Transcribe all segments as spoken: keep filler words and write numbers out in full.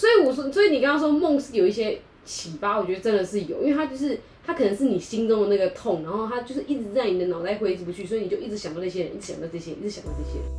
所以我说，所以你刚刚说梦是有一些启发，我觉得真的是有，因为它就是它可能是你心中的那个痛，然后它就是一直在你的脑袋挥之不去，所以你就一直想到那些人，一直想到这些人，一直想到这些人。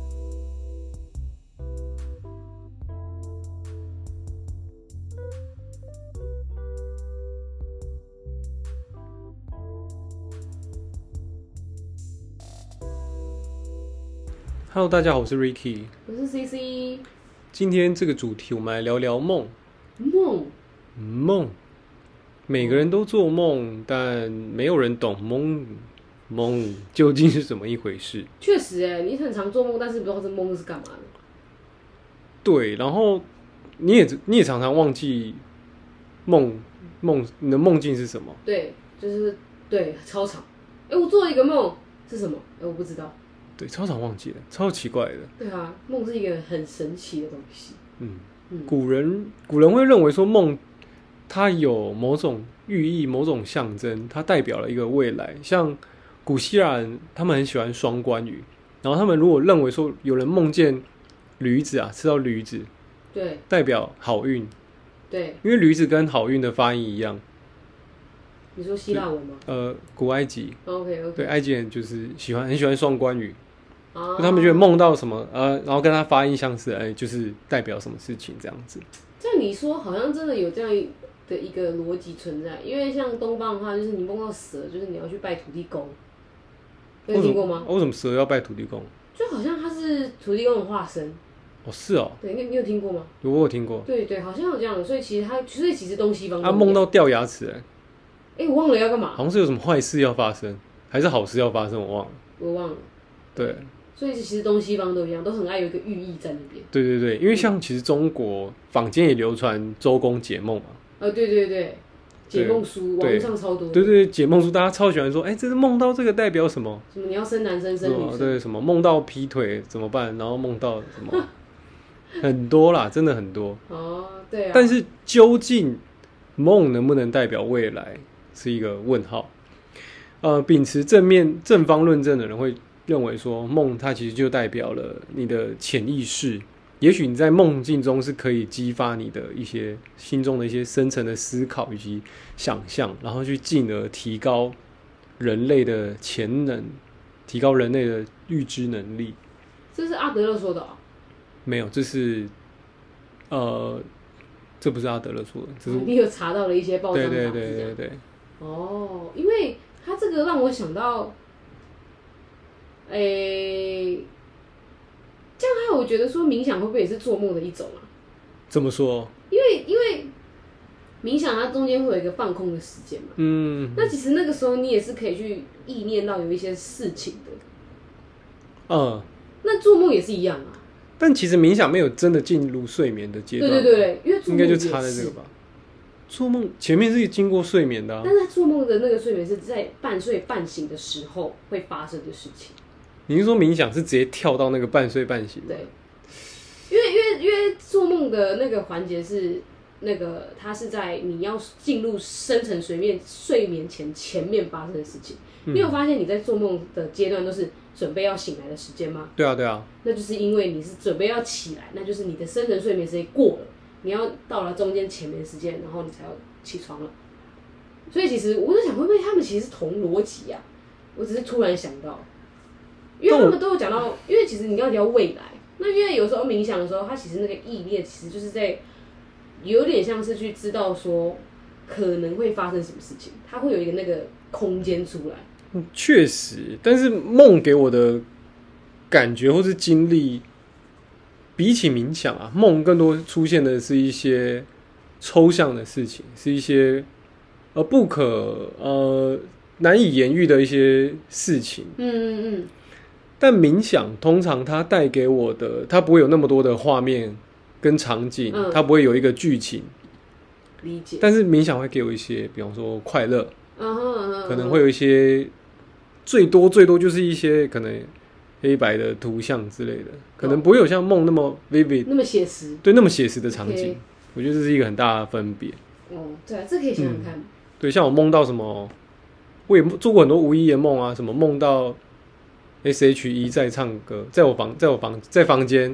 Hello， 大家好，我是 Ricky， 我是 C C。 今天这个主题，我们来聊聊梦。 梦， 梦，每个人都做梦，但没有人懂梦梦究竟是怎么一回事。 确实，哎，你很常做梦，但是不知道这梦是干嘛的。 对，然后你也你也常常忘记梦梦你的梦境是什么。 对，就是对，超长。哎，我做了一个梦是什么？哎，我不知道。 对，超常忘记的，超奇怪的。 对啊，梦是一个很神奇的东西。 嗯， 嗯古人古人会认为说梦它有某种寓意、某种象征，它代表了一个未来。像古希腊人，他们很喜欢双关语，然后他们如果认为说有人梦见驴子啊，吃到驴子， 对， 代表好运。 对， 因为驴子跟好运的发音一样。 你说希腊文吗？ 呃，古埃及。 OK OK。 对，埃及人就是喜欢很喜欢双关语。 哦、 他们觉得梦到什么，呃，然后跟他发音相似，哎、欸，就是代表什么事情这样子。 这样你说好像真的有这样的一个逻辑存在，因为像东方的话，就是你梦到蛇，就是你要去拜土地公，有听过吗？ 为什么蛇要拜土地公？ 就好像他是土地公的化身。 哦，是哦。 对，你你有听过吗？ 有，我有听过。 对对，好像有这样的，所以其实他，所以其实东西方。 他梦到掉牙齿，哎、 欸，我忘了要干嘛。 好像是有什么坏事要发生，还是好事要发生，我忘了。 我忘了。 对。 所以其实东西方都一样，都很爱有一个寓意在那边。 对对对，因为像其实中国坊间也流传周公解梦嘛。 哦，对对对，解梦书网络上超多。 对对对，解梦书大家超喜欢说，哎、欸，这是梦到这个代表什么？ 什么你要生男生生女生？ 对，什么梦到劈腿怎么办？然后梦到什么？很多啦，真的很多。 哦，对啊。 但是究竟梦能不能代表未来，是一个问号。呃，秉持正面正方论证的人会认为说，梦它其实就代表了你的潜意识，也许你在梦境中是可以激发你的一些心中的一些深层的思考以及想象，然后去进而提高人类的潜能，提高人类的预知能力。 这是阿德勒说的、哦？ 没有，这是呃，这不是阿德勒说的，这是、 哦、你有查到了一些报章杂志这样。 对对对对对。 哦，因为他这个让我想到。诶、欸，这样害我觉得说冥想会不会也是做梦的一种啊？ 怎么说？ 因为因为冥想它中间会有一个放空的时间嘛，嗯，那其实那个时候你也是可以去意念到有一些事情的，嗯，那做梦也是一样啊。 但其实冥想没有真的进入睡眠的阶段， 对对对，因为做梦应该就差在这个吧。做梦前面是经过睡眠的、啊， 但是他做梦的那个睡眠是在半睡半醒的时候会发生的事情。 你是说冥想是直接跳到那个半睡半醒？ 对，因为因为因为做梦的那个环节是那个，它是在你要进入深层睡眠睡眠前前面发生的事情。嗯、你有发现你在做梦的阶段都是准备要醒来的时间吗？ 对啊对啊， 那就是因为你是准备要起来，那就是你的深层睡眠时间过了，你要到了中间前面的时间，然后你才要起床了。所以其实我在想，会不会他们其实是同逻辑啊？我只是突然想到。因为他们都有讲到，因为其实你要聊未来，那因为有时候冥想的时候，它其实那个意念其实就是在有点像是去知道说可能会发生什么事情，它会有一个那个空间出来。 确实，但是梦给我的感觉或是经历，比起冥想啊，梦更多出现的是一些抽象的事情，是一些呃不可呃难以言喻的一些事情。嗯嗯嗯。但冥想通常它带给我的，它不会有那么多的画面跟场景，嗯、它不会有一个剧情。 理解。 但是冥想会给我一些，比方说快乐， 嗯哼嗯哼， 可能会有一些，最多最多就是一些可能黑白的图像之类的，可能不会有像梦那么 vivid， 那么写实， 对，那么写实的场景。 Okay. 我觉得这是一个很大的分别。 哦，对啊，这可以想想看。嗯、 对，像我梦到什么，我也做过很多无意义的梦啊，什么梦到。S H E 在唱歌，在我房，在我房，在房间，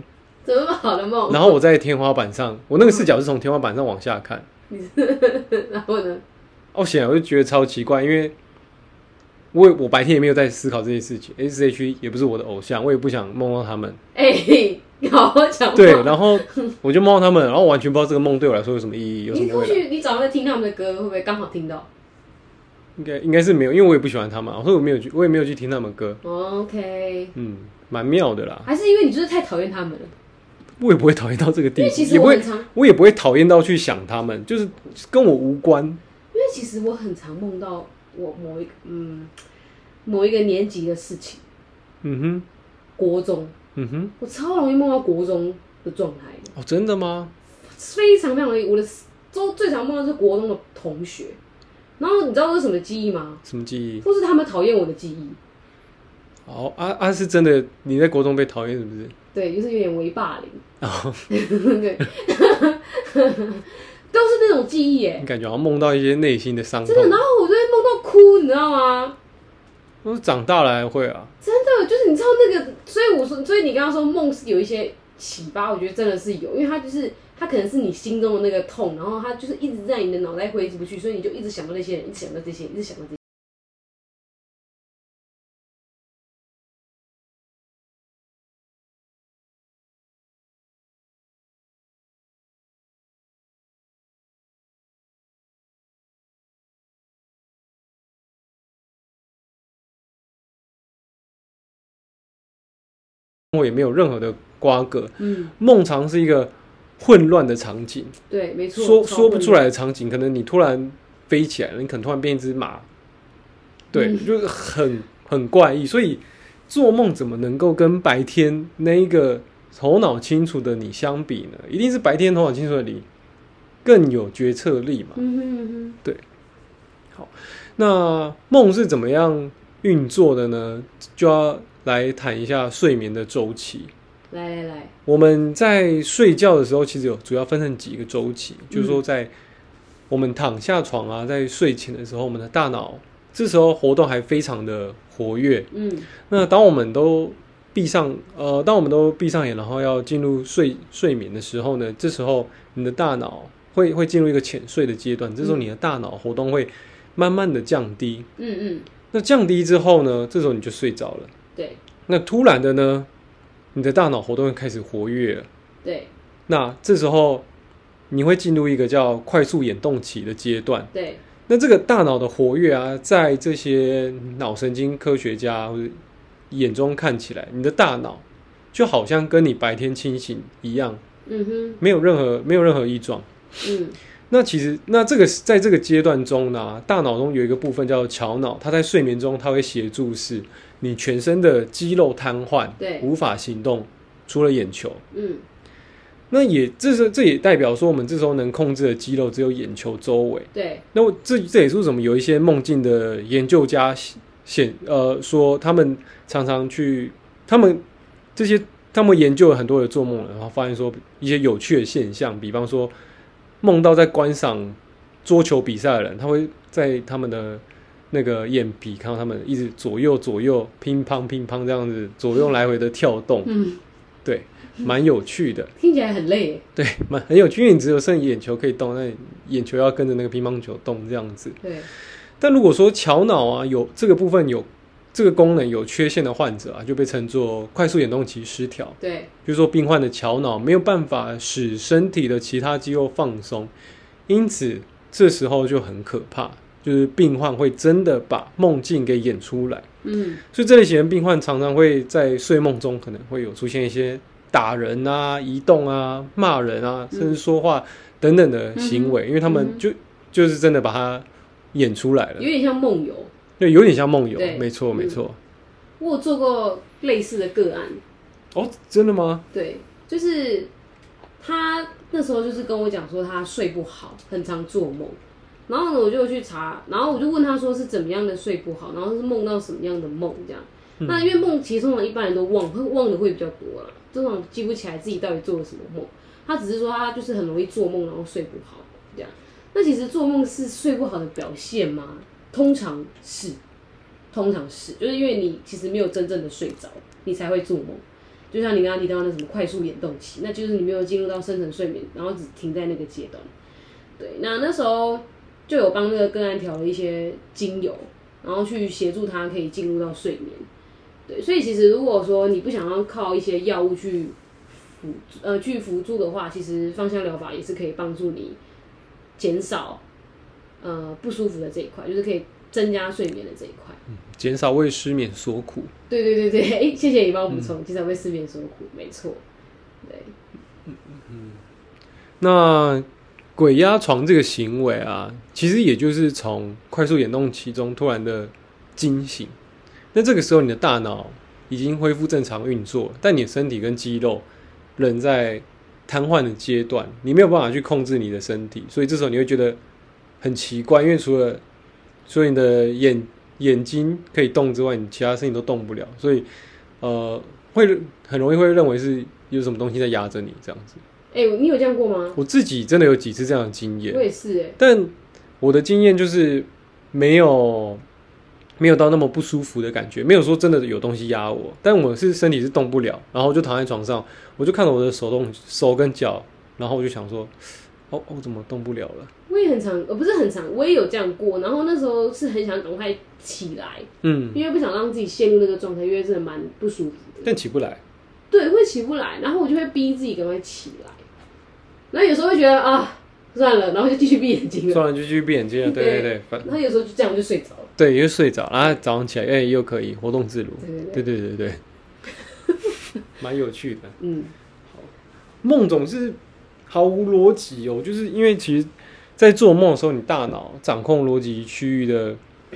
怎么那么好的梦？ 然后我在天花板上，我那个视角是从天花板上往下看， 然后呢？ 我显然我就觉得超奇怪，因为我我白天也没有在思考这些事情 ，S H E 也不是我的偶像，我也不想梦到他们。 哎、欸，好好讲话。 对，然后我就梦到他们，然后我完全不知道这个梦对我来说有什么意义，有什么未来。 你过去你早上在听他们的歌，会不会刚好听到？ 应该应该是没有，因为我也不喜欢他们，所以我没有去，我也没有去听他们的歌。 OK， 嗯，蛮妙的啦。 还是因为你就是太讨厌他们了？ 我也不会讨厌到这个地步， 其实也不会我很常， 我也不会讨厌到去想他们，就是跟我无关。 因为其实我很常梦到我某一个嗯某一个年级的事情。 嗯哼， 国中， 嗯哼， 我超容易梦到国中的状态。 哦，真的吗？ 非常非常容易，我的都最常梦到是国中的同学。然后你知道这是什么记忆吗？ 什么记忆？ 都是他们讨厌我的记忆。 哦，啊啊，是真的，你在国中被讨厌是不是？ 对，就是有点微霸凌。 哦， 对，都是那种记忆耶。 你感觉好像梦到一些内心的伤痛。 真的，然后我就会梦到哭，你知道吗？ 我长大了还会啊。 真的，就是你知道那个，所以我说，所以你刚刚说梦是有一些启发，我觉得真的是有，因为它就是它可能是你心中的那个痛，然后它就是一直在你的脑袋挥之不去，所以你就一直想到那些人，一直想到这些人，一直想到这些。 我也没有任何的瓜葛。 嗯， 梦常是一个混乱的场景， 对，没错， 说说不出来的场景，可能你突然飞起来了，你可能突然变一只马，对，嗯、就是很很怪异。所以做梦怎么能够跟白天那一个头脑清楚的你相比呢？一定是白天头脑清楚的你更有决策力嘛。 嗯哼嗯哼， 对。好，那梦是怎么样运作的呢？就要来谈一下睡眠的周期。 来来来， 我们在睡觉的时候，其实有主要分成几个周期，嗯、就是说，在我们躺下床啊，在睡前的时候，我们的大脑这时候活动还非常的活跃。嗯，那当我们都闭上呃，当我们都闭上眼，然后要进入睡睡眠的时候呢，这时候你的大脑会会进入一个浅睡的阶段，这时候你的大脑活动会慢慢的降低。嗯嗯，那降低之后呢，这时候你就睡着了。 对， 那突然的呢，你的大脑活动会开始活跃了。 对， 那这时候你会进入一个叫快速眼动期的阶段。 对， 那这个大脑的活跃啊，在这些脑神经科学家或者眼中看起来，你的大脑就好像跟你白天清醒一样，嗯哼，没有任何没有任何异状。嗯。那其实，那这个在这个阶段中呢，大脑中有一个部分叫桥脑，它在睡眠中它会协助是你全身的肌肉瘫痪， 对， 无法行动，除了眼球。嗯，那也这是这也代表说，我们这时候能控制的肌肉只有眼球周围。 对， 那这这也是为什么有一些梦境的研究家显呃说，他们常常去他们这些他们研究了很多的做梦人，然后发现说一些有趣的现象，比方说。梦到在观赏桌球比赛的人，他会在他们的那个眼皮看到他们一直左右左右乒乓乒乓这样子左右来回的跳动，嗯，对，蛮有趣的。 听起来很累耶。对， 蛮很有趣，因为你只有剩眼球可以动，那眼球要跟着那个乒乓球动这样子。 对。 但如果说桥脑啊有这个部分有这个功能有缺陷的患者啊，就被称作快速眼动期失调。 对， 就是说病患的桥脑没有办法使身体的其他肌肉放松，因此这时候就很可怕，就是病患会真的把梦境给演出来。嗯，所以这类型的病患常常会在睡梦中可能会有出现一些打人啊、移动啊、骂人啊，甚至说话等等的行为，嗯、因为他们就、嗯、就是真的把它演出来了， 有点像梦游。 对，有点像梦游，没错没错。 我有做过类似的个案。 哦，真的吗？ 对，就是他那时候就是跟我讲说他睡不好，很常做梦。然后呢，我就去查，然后我就问他说是怎么样的睡不好，然后是梦到什么样的梦这样。嗯、那因为梦其实通常一般人都忘，会忘的会比较多啦，通常记不起来自己到底做了什么梦。他只是说他就是很容易做梦，然后睡不好这样。那其实做梦是睡不好的表现吗？通常是，通常是，就是因为你其实没有真正的睡着，你才会做梦。 就像你刚刚提到那什么快速眼动期，那就是你没有进入到深层睡眠，然后只停在那个阶段。对，那那时候就有帮那个个案调了一些精油，然后去协助他可以进入到睡眠。对，所以其实如果说你不想要靠一些药物去辅呃去辅助的话，其实芳香疗法也是可以帮助你减少呃不舒服的这一块，就是可以增加睡眠的这一块， 减、嗯、少为失眠所苦。 对对对对，哎、欸，谢谢你帮我补充，减少为失眠所苦，没错。对， 嗯嗯，那鬼压床这个行为啊，其实也就是从快速眼动期中突然的惊醒。那这个时候，你的大脑已经恢复正常运作，但你的身体跟肌肉仍在瘫痪的阶段，你没有办法去控制你的身体，所以这时候你会觉得很奇怪，因为除了所以你的眼眼睛可以动之外，你其他身体都动不了，所以呃，会很容易会认为是有什么东西在压着你这样子。 哎、欸，你有这样过吗？ 我自己真的有几次这样的经验， 我也是哎、欸， 但我的经验就是没有。没有到那么不舒服的感觉，没有说真的有东西压我，但我是身体是动不了，然后我就躺在床上，我就看到我的手动手跟脚，然后我就想说，哦，我怎么动不了了？ 我也很常，呃，不是很常，我也有这样过，然后那时候是很想赶快起来，嗯，因为不想让自己陷入那个状态，因为真的蛮不舒服的， 但起不来， 对，会起不来，然后我就会逼自己赶快起来，然后有时候会觉得啊。算了，然后就继续闭眼睛了。 算了，就继续闭眼睛了。对对对， 然后有时候就这样就睡着了。 对，也就睡着，然后早上起来，哎、欸，又可以活动自如。对对对对对，蛮有趣的。嗯，好，梦总是毫无逻辑哦，就是因为其实，在做梦的时候，你大脑掌控逻辑区域的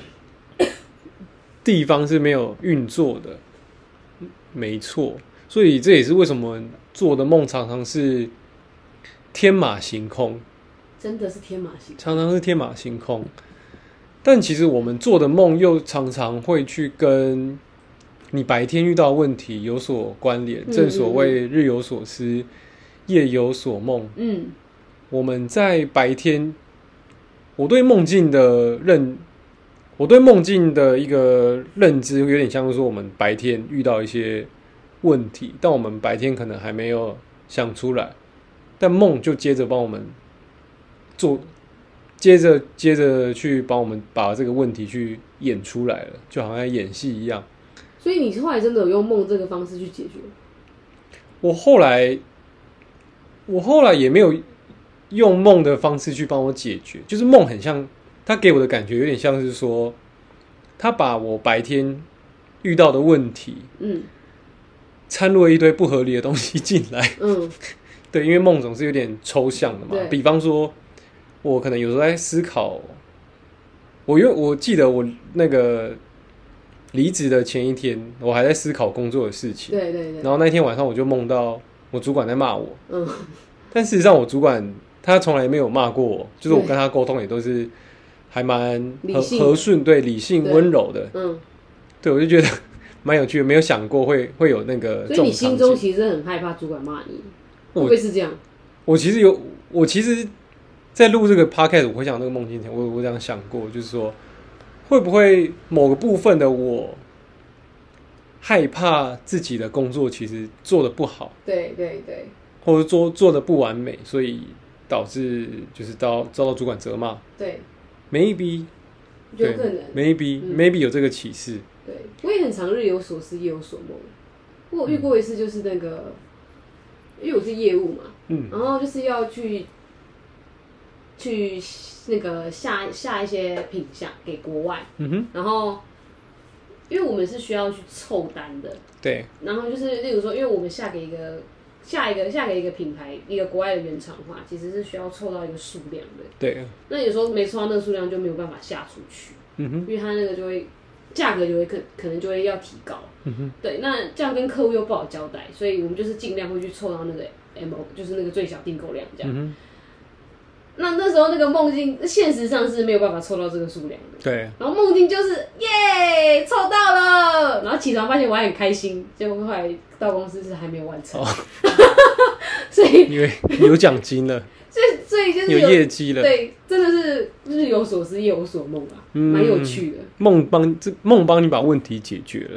地方是没有运作的，没错。所以这也是为什么做的梦常常是天马行空。 真的是天马行空， 常常是天马行空，但其实我们做的梦又常常会去跟你白天遇到的问题有所关联。嗯嗯嗯，正所谓日有所思，夜有所梦。嗯，我们在白天，我对梦境的认，我对梦境的一个认知有点像是说，我们白天遇到一些问题，但我们白天可能还没有想出来，但梦就接着帮我们。做，接着接着去帮我们把这个问题去演出来了，就好像演戏一样。 所以你后来真的有用梦这个方式去解决？ 我后来，我后来也没有用梦的方式去帮我解决，就是梦很像，他给我的感觉有点像是说，他把我白天遇到的问题，嗯，掺入了一堆不合理的东西进来，嗯，对，因为梦总是有点抽象的嘛，比方说。我可能有时候在思考，我因为我记得我那个离职的前一天，我还在思考工作的事情。 对对对。 然后那天晚上我就梦到我主管在骂我。嗯。但事实上，我主管他从来没有骂过我，就是我跟他沟通也都是还蛮和和顺，对，理性温柔的。嗯。对，我就觉得蛮有趣的，没有想过会会有那个。 所以你心中其实很害怕主管骂你，会不会是这样？ 我其实有，我其实。在录这个 podcast， 我回想那个梦境前，我我这样想过，就是说，会不会某个部分的我害怕自己的工作其实做得不好， 对对对， 或者做做得不完美，所以导致就是遭遭到主管责骂。 对 ，maybe 有可能 ，maybe、嗯、maybe 有这个启示。 对，我也很常日有所思夜有所梦。我有遇过一次，就是那个，因为我是业务嘛，嗯，然后就是要去。去那个下下一些品项给国外，嗯哼，然后因为我们是需要去凑单的， 对， 然后就是例如说，因为我们下给一个下一个下给一个品牌一个国外的原厂的话，其实是需要凑到一个数量的， 对， 那有时候没凑到那个数量就没有办法下出去，嗯哼，因为它那个就会价格就会可可能就会要提高，嗯哼，对，那这样跟客户又不好交代，所以我们就是尽量会去凑到那个 M O， 就是那个最小订购量这样。嗯那那时候那个梦境，现实上是没有办法凑到这个数量的。 对。 然后梦境就是耶，凑到了，然后起床发现我还很开心，结果后来到公司是还没有完成。哦、所以因为有奖金了。 所以所以就是有, 有业绩了。 对，真的是日有所思夜有所梦啊，蛮、嗯、有趣的。 梦帮这梦帮你把问题解决了。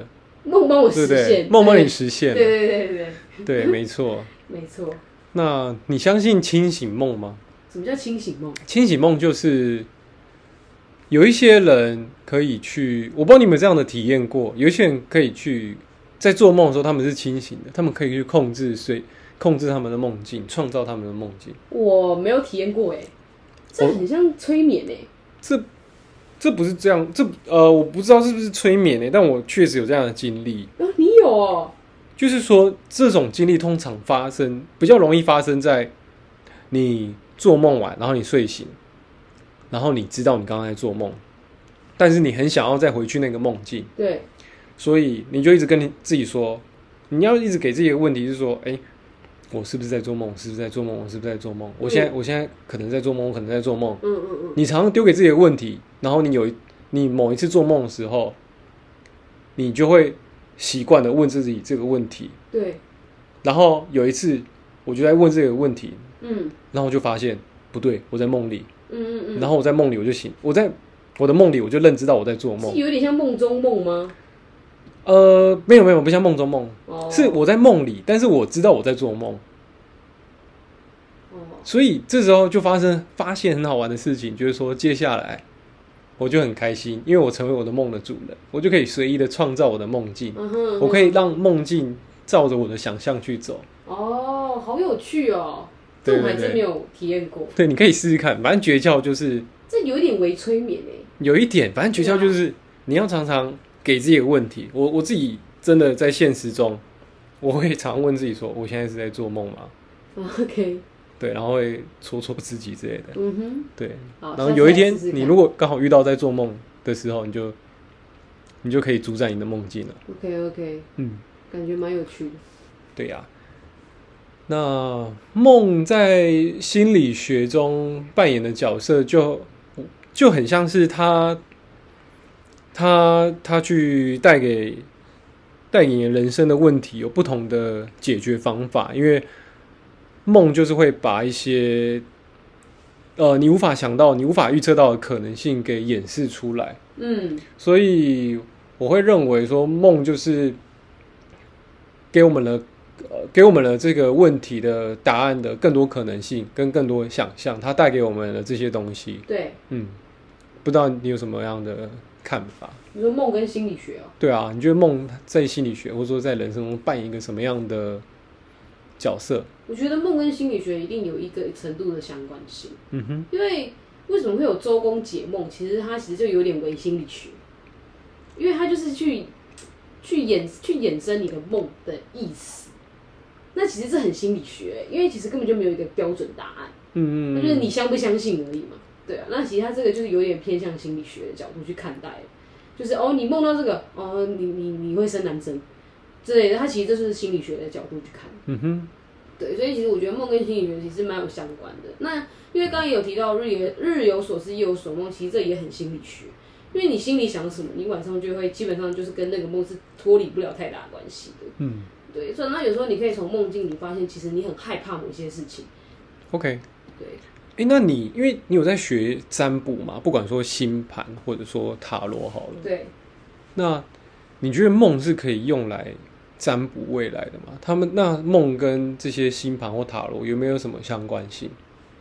梦帮我实对不对？ 现， 梦帮你实现， 对对对对对， 对，没错。 没错。 那你相信清醒梦吗？ 什么叫清醒梦？ 清醒梦就是有一些人可以去，我不知道你们有这样的体验过，有一些人可以去在做梦的时候，他们是清醒的，他们可以去控制睡，控制他们的梦境，创造他们的梦境。 我没有体验过哎，这很像催眠哎。 这这不是这样，这呃，我不知道是不是催眠哎，但我确实有这样的经历。 哦，你有哦？ 就是说，这种经历通常发生比较容易发生在你做梦完，然后你睡醒，然后你知道你刚刚在做梦，但是你很想要再回去那个梦境， 对， 所以你就一直跟你自己说，你要一直给自己一个问题，是说，哎、欸，我是不是在做梦？我是不是在做梦？我是不是在做梦？我现在，嗯、我现在可能在做梦，我可能在做梦。 嗯嗯嗯。 你常常丢给自己的问题，然后你有你某一次做梦的时候，你就会习惯的问自己这个问题。 对。 然后有一次，我就在问这个问题， 嗯， 然后我就发现不对，我在梦里。 嗯嗯嗯。 然后我在梦里我就醒，我在我的梦里我就认知到我在做梦。 是有点像梦中梦吗？ 呃，没有没有，不像梦中梦， 哦、 是我在梦里，但是我知道我在做梦。 哦。 所以这时候就发生发现很好玩的事情，就是说接下来我就很开心，因为我成为我的梦的主人，我就可以随意的创造我的梦境， 嗯哼嗯哼， 我可以让梦境照着我的想象去走。 哦，好有趣哦！这我还真没有体验过。 对，你可以试试看。反正诀窍就是这有一点微催眠诶， 有一点，反正诀窍就是你要常常给自己一个问题。我我自己真的在现实中，我会常问自己说：我现在是在做梦吗 ？OK。 对，然后会戳戳自己之类的。 嗯哼。 对。 然后有一天，你如果刚好遇到在做梦的时候，你就你就可以主宰你的梦境了。 OK OK。 嗯， 感觉蛮有趣的。 对呀、啊。那梦在心理学中扮演的角色就，就就很像是他，他他去带给带给你人生的问题有不同的解决方法，因为梦就是会把一些呃你无法想到、你无法预测到的可能性给演示出来。 嗯， 所以我会认为说，梦就是给我们了。呃，给我们了这个问题的答案的更多可能性跟更多想象，它带给我们的这些东西。 对， 嗯，不知道你有什么样的看法？ 你说梦跟心理学哦？ 对啊，你觉得梦在心理学或者说在人生中扮演一个什么样的角色？ 我觉得梦跟心理学一定有一个程度的相关性。 嗯哼， 因为为什么会有周公解梦？其实它其实就有点伪心理学，因为它就是去去衍去衍生你的梦的意思。那其实这很心理学，因为其实根本就没有一个标准答案， 嗯嗯， 那就是你相不相信而已嘛，对啊。那其实它这个就是有点偏向心理学的角度去看待，就是哦，你梦到这个，哦，你你你会生男生之类的，它其实这是心理学的角度去看， 嗯哼， 对，所以其实我觉得梦跟心理学其实蛮有相关的。那因为刚刚也有提到日有日有所思夜有所梦，其实这也很心理学，因为你心里想什么，你晚上就会基本上就是跟那个梦是脱离不了太大关系的， 嗯。 对，所以那有时候你可以从梦境里发现，其实你很害怕某些事情。 OK， 对。 哎、欸，那你因为你有在学占卜嘛？不管说星盘或者说塔罗好了。 对。 那你觉得梦是可以用来占卜未来的吗？他们那梦跟这些星盘或塔罗有没有什么相关性？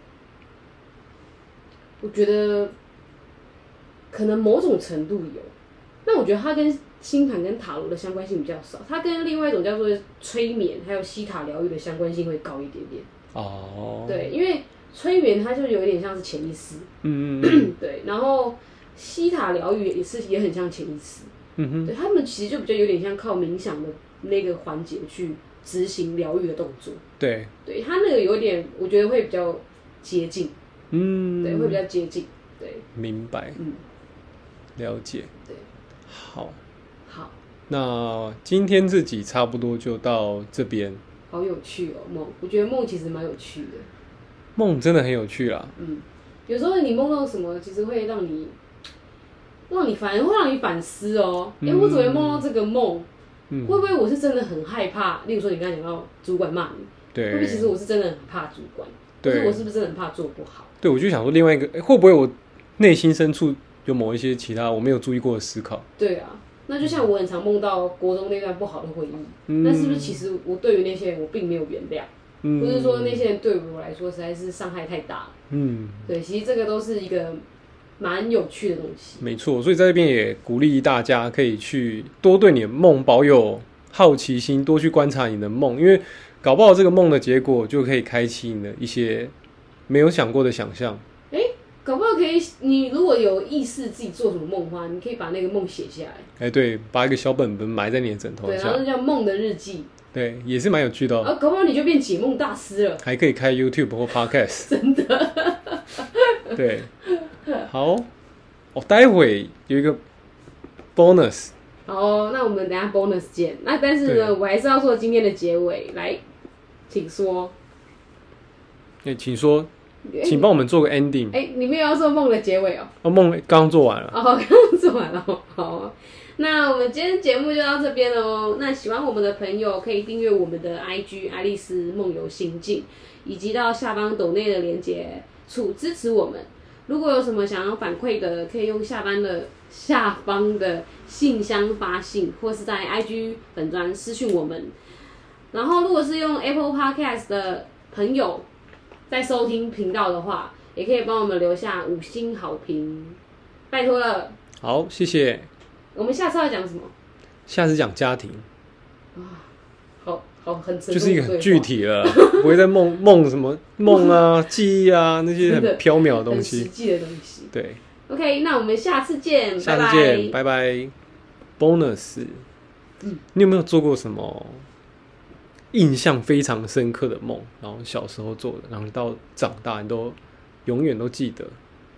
我觉得可能某种程度有，那我觉得它跟星盘跟塔罗的相关性比较少，它跟另外一种叫做催眠还有西塔疗愈的相关性会高一点点。 哦， 对，因为催眠它就有一点像是潜意识， 嗯嗯对，然后西塔疗愈也是也很像潜意识， 嗯哼， 对，他们其实就比较有点像靠冥想的那个环节去执行疗愈的动作。 对， 对，它那个有点，我觉得会比较接近， 嗯， 对，会比较接近，对， 明白， 嗯， 了解， 对， 好。 好， 那今天这集差不多就到这边。 好有趣哦，梦，我觉得梦其实蛮有趣的。 梦真的很有趣啦。 嗯，有时候你梦到什么，其实会让你，让你反而会让你反思哦。哎、嗯欸，我怎么梦到这个梦？嗯、会不会我是真的很害怕？例如说你刚才讲到主管骂你，对，会不会其实我是真的很怕主管？对，或者我是不是真的很怕做不好？ 对，我就想说另外一个，欸、会不会我内心深处有某一些其他我没有注意过的思考？ 对啊。 那就像我很常梦到国中那段不好的回忆，嗯、那是不是其实我对于那些人我并没有原谅？嗯、不是说那些人对我来说实在是伤害太大了。嗯，对，其实这个都是一个蛮有趣的东西。 没错，所以在这边也鼓励大家可以去多对你的梦保有好奇心，多去观察你的梦，因为搞不好这个梦的结果就可以开启你的一些没有想过的想象。 搞不好可以，你如果有意识自己做什么梦的话，你可以把那个梦写下来。 哎、欸，对，把一个小本本埋在你的枕头下。 对，然后叫梦的日记。 对，也是蛮有趣的哦。 啊，搞不好你就变解梦大师了。 还可以开 YouTube 或 Podcast。 真的。 对，好，哦，待会有一个 bonus。 好，那我们等一下 bonus 见。那但是呢，我还是要做今天的结尾，来，请说。 哎、欸，请说。请帮我们做个 ending。 哎、欸，你没有要做梦的结尾哦。 哦，梦刚刚做完了。 哦，刚刚做完了。好，那我们今天节目就到这边了哦。那喜欢我们的朋友可以订阅我们的 I G 爱丽丝梦游心境，以及到下方抖内的连结处支持我们。如果有什么想要反馈的，可以用下方的下方的信箱发信，或是在 I G 粉专私讯我们。然后，如果是用 Apple Podcast 的朋友，在收听频道的话，也可以帮我们留下五星好评，拜托了。 好，谢谢。 我们下次要讲什么？ 下次讲家庭。 啊，好好很沉重的对话， 就是一个很具体了，不会在梦梦什么梦啊、记忆啊那些很缥缈的东西， 很实际的东西。 对。 OK， 那我们下次见， 下次见，拜拜。Bonus，嗯，你有没有做过什么印象非常深刻的梦，然后小时候做的，然后到长大你都永远都记得？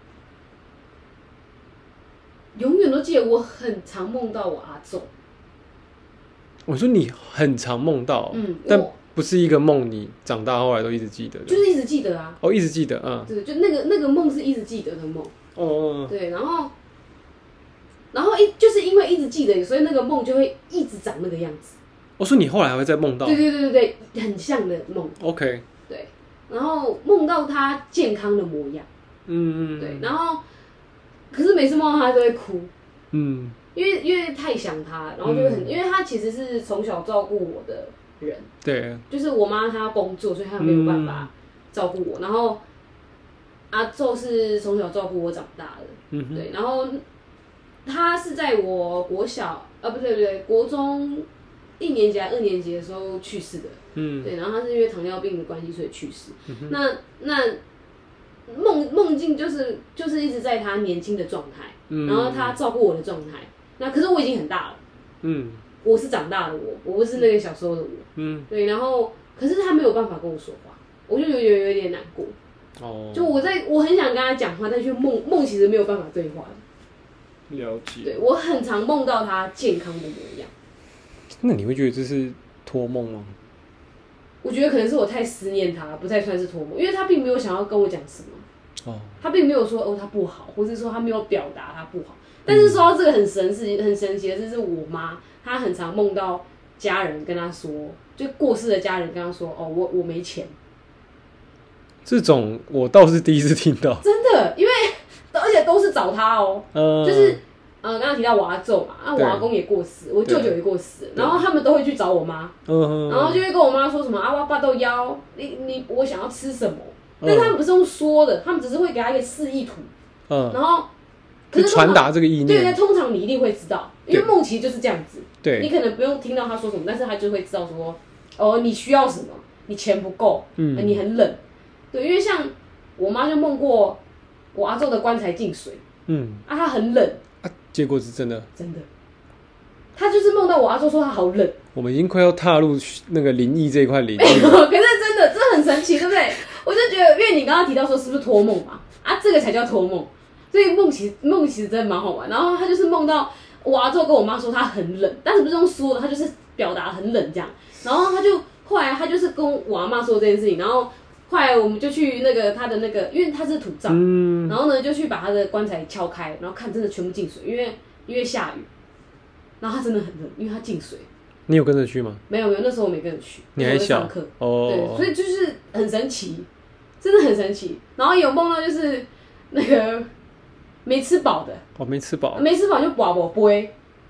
永远都记得，我很常梦到我阿祖。 我说你很常梦到，嗯，但不是一个梦，你长大后来都一直记得的， 就是一直记得啊。 哦，一直记得，嗯， 对，就那个那个梦是一直记得的梦。 哦， 对，然后，然后一就是因为一直记得，所以那个梦就会一直长那个样子。 我说你后来还会再梦到？ 对对对对对，很像的梦。 OK。 对，然后梦到他健康的模样。 嗯嗯。 对，然后，可是每次梦到他都会哭。 嗯。 因为因为太想他，然后就会很，嗯、因为他其实是从小照顾我的人。 对。就是我妈她要工作，所以她没有办法照顾我。嗯、然后阿宙是从小照顾我长大的。嗯哼。对，然后他是在我国小，啊不对不对，国中。一年级还二年级的时候去世的，嗯，对，然后他是因为糖尿病的关系所以去世。嗯、那那梦梦境就是就是一直在他年轻的状态，嗯、然后他照顾我的状态。那可是我已经很大了，嗯，我是长大的我，我不是那个小时候的我，嗯，对，然后可是他没有办法跟我说话，我就有有有点难过。哦，就我在我很想跟他讲话，但是梦梦其实没有办法对话。 了解。 对，我很常梦到他健康的模样。 那你会觉得这是托梦吗？ 我觉得可能是我太思念他，不太算是托梦，因为他并没有想要跟我讲什么。哦。他并没有说哦他不好，或是说他没有表达他不好。但是说到这个很神奇、很神奇的是，是我妈，她很常梦到家人跟她说，就过世的家人跟她说，哦我我没钱。 这种我倒是第一次听到。 真的，因为而且都是找他哦，呃、就是。呃，刚刚提到我阿祖嘛，啊，我阿公也过世，我舅舅也过世，然后他们都会去找我妈，然后就会跟我妈说什么啊，我爸都腰，你你我想要吃什么，但是他们不是用说的，他们只是会给他一个示意图，嗯，然后可是传达这个意念， 对对，通常你一定会知道，因为梦其实就是这样子，对，你可能不用听到他说什么，但是他就会知道说，哦，你需要什么，你钱不够，嗯，你很冷，对，因为像我妈就梦过我阿祖的棺材进水，嗯，啊，他很冷。 结果是真的， 真的，他就是梦到我阿祖说他好冷。 我们已经快要踏入那个灵异这一块领域了。 可是真的，这很神奇，对不对？我就觉得，因为你刚刚提到说是不是托梦嘛，啊，这个才叫托梦。所以梦其实梦其实真的蛮好玩。然后他就是梦到我阿祖跟我妈说他很冷，但是不是用说的，他就是表达很冷这样。然后他就后来他就是跟我阿妈说这件事情，然后后来我们就去那个他的那个，因为他是土葬，嗯、然后呢就去把他的棺材敲开，然后看真的全部进水，因为因为下雨，然后他真的很冷，因为他进水。 你有跟着去吗？ 没有没有，那时候我没跟着去， 你还小上课哦，对，所以就是很神奇，真的很神奇。然后有梦到就是那个没吃饱的， 哦，没吃饱， 没吃饱就饱饱杯，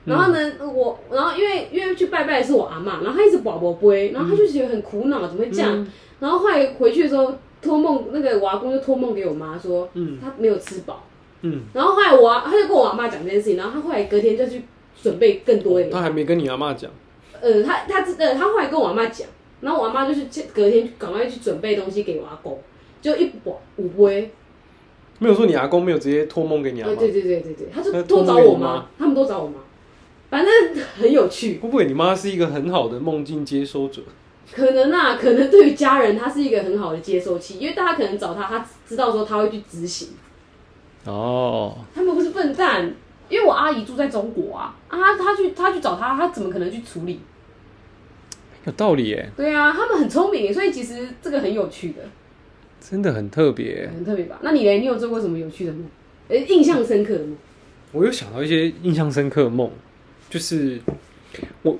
然后呢，我然后因为因为去拜拜的是我阿嬷，然后她一直保宝杯，然后她就觉得很苦恼，怎么会这样？嗯、然后后来回去的时候，托梦那个我阿公就托梦给我妈说，嗯，他没有吃饱。嗯，然后后来我他就跟我阿嬷讲这件事情，然后他后来隔天就去准备更多一点。 他还没跟你阿嬷讲。 呃，他他呃他后来跟我阿嬷讲，然后我阿嬷就是隔天赶快去准备东西给我阿公，就一把五杯。 没有说你阿公没有直接托梦给你阿妈、呃？ 对对对对对，他就都找我妈，他们都找我妈，反正很有趣。 会不会你妈是一个很好的梦境接收者？ 可能啊，可能对于家人，他是一个很好的接收器，因为大家可能找他，他知道说他会去执行。哦，他们不是笨蛋，因为我阿姨住在中国啊，啊，他去他去找他，他怎么可能去处理？ 有道理耶。 对啊，他们很聪明，所以其实这个很有趣的。 真的很特别， 很特别吧？那你呢？你有做过什么有趣的梦？呃，印象深刻的梦？ 我有想到一些印象深刻的梦，就是我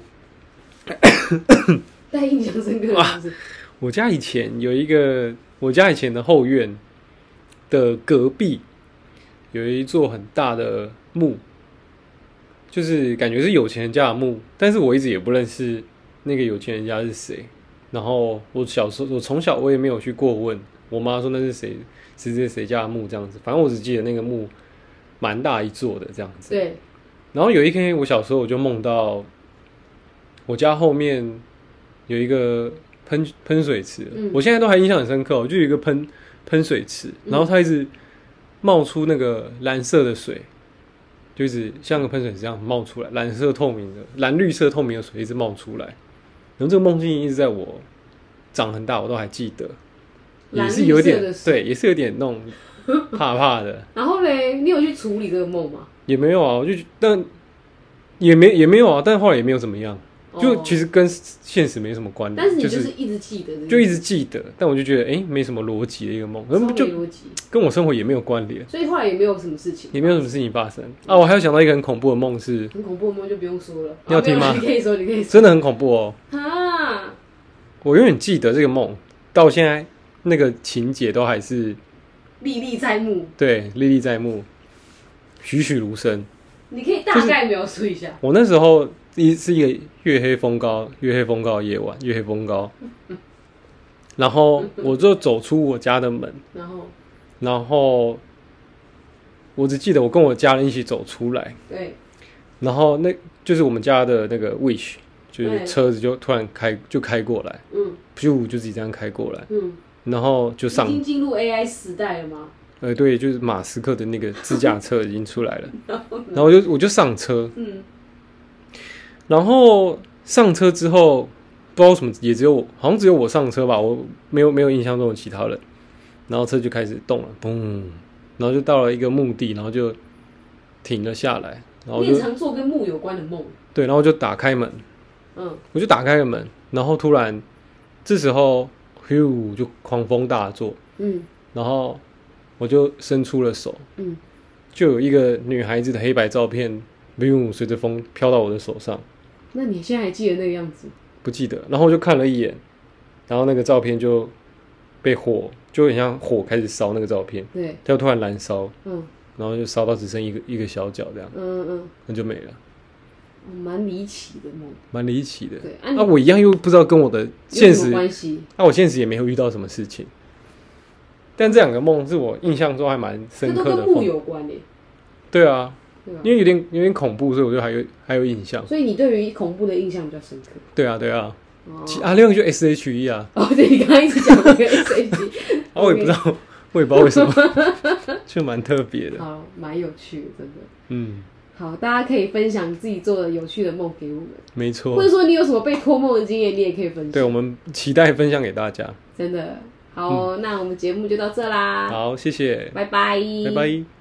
带印象深刻的梦是， 我家以前有一个，我家以前的后院的隔壁有一座很大的墓，就是感觉是有钱人家的墓，但是我一直也不认识那个有钱人家是谁。然后我小时候，我从小我也没有去过问。我妈说那是谁，谁谁谁家的墓这样子，反正我只记得那个墓蛮大一座的这样子。 对。 然后有一天，我小时候我就梦到我家后面有一个喷喷水池，嗯、我现在都还印象很深刻、哦，就有一个喷喷水池，然后它一直冒出那个蓝色的水，就一直像个喷水池这样冒出来，蓝色透明的、蓝绿色透明的水一直冒出来。然后这个梦境一直在我长很大，我都还记得。也是有点对，也是有点那种怕怕的。 然后嘞，你有去处理这个梦吗？ 也没有啊，我就但也没也没有啊，但后来也没有怎么样，哦、就其实跟现实没什么关联。 但是你就是一直记得、就是， 就一直记得，但我就觉得哎、欸，没什么逻辑的一个梦，就逻辑跟我生活也没有关联， 所以后来也没有什么事情， 也没有什么事情发生啊。我还有想到一个很恐怖的梦是， 很恐怖的梦就不用说了， 你要听吗？ 啊、你可以说，你可以说， 真的很恐怖哦。 啊， 我永远记得这个梦，到现在。那个情节都还是历历在目， 对，历历在目，栩栩如生。 你可以大概描述一下。就是、 我那时候一是一个月黑风高、月黑风高的夜晚，月黑风高，然后我就走出我家的门， 然后， 然后我只记得我跟我家人一起走出来， 对， 然后那就是我们家的那个 wish， 就是车子就突然开就开过来，嗯，噗就自己这样开过来，嗯。然后就上， 已经进入 A I 时代了吗？ 呃，对，就是马斯克的那个自驾车已经出来了。然后我就我就上车，嗯，然后上车之后，不知道什么，也只有我，好像只有我上车吧，我没有没有印象中的其他人。然后车就开始动了，嘣，然后就到了一个墓地，然后就停了下来。然后就你常做跟墓有关的梦。 对，然后就打开门，嗯，我就打开了门，然后突然这时候。就狂风大作，嗯，然后我就伸出了手，嗯，就有一个女孩子的黑白照片，随着风飘到我的手上。 那你现在还记得那个样子？ 不记得。然后我就看了一眼，然后那个照片就被火，就很像火开始烧那个照片， 对， 就突然燃烧，嗯，然后就烧到只剩一个一个小角这样，嗯嗯，那就没了。 蛮离奇的梦， 蛮离奇的。 对， 啊，我一样又不知道跟我的现实有什么关系。 那、啊、我现实也没有遇到什么事情，但这两个梦是我印象中还蛮深刻的。 这都跟墓有关耶。 对啊，对啊，因为有点有点恐怖，所以我就还有还有印象。 所以你对于恐怖的印象比较深刻。 对啊，对啊。哦、啊，另外就 S H E 啊。 哦，对，你刚刚一直讲那个 S H E， 啊，我也不知道，我也不知道为什么，就蛮特别的。 好，蛮有趣的，真的。 嗯。 好，大家可以分享自己做的有趣的梦给我们， 没错， 或者说你有什么被托梦的经验，你也可以分享。 对，我们期待分享给大家。 真的好、哦嗯，那我们节目就到这啦。 好，谢谢， 拜拜， 拜拜。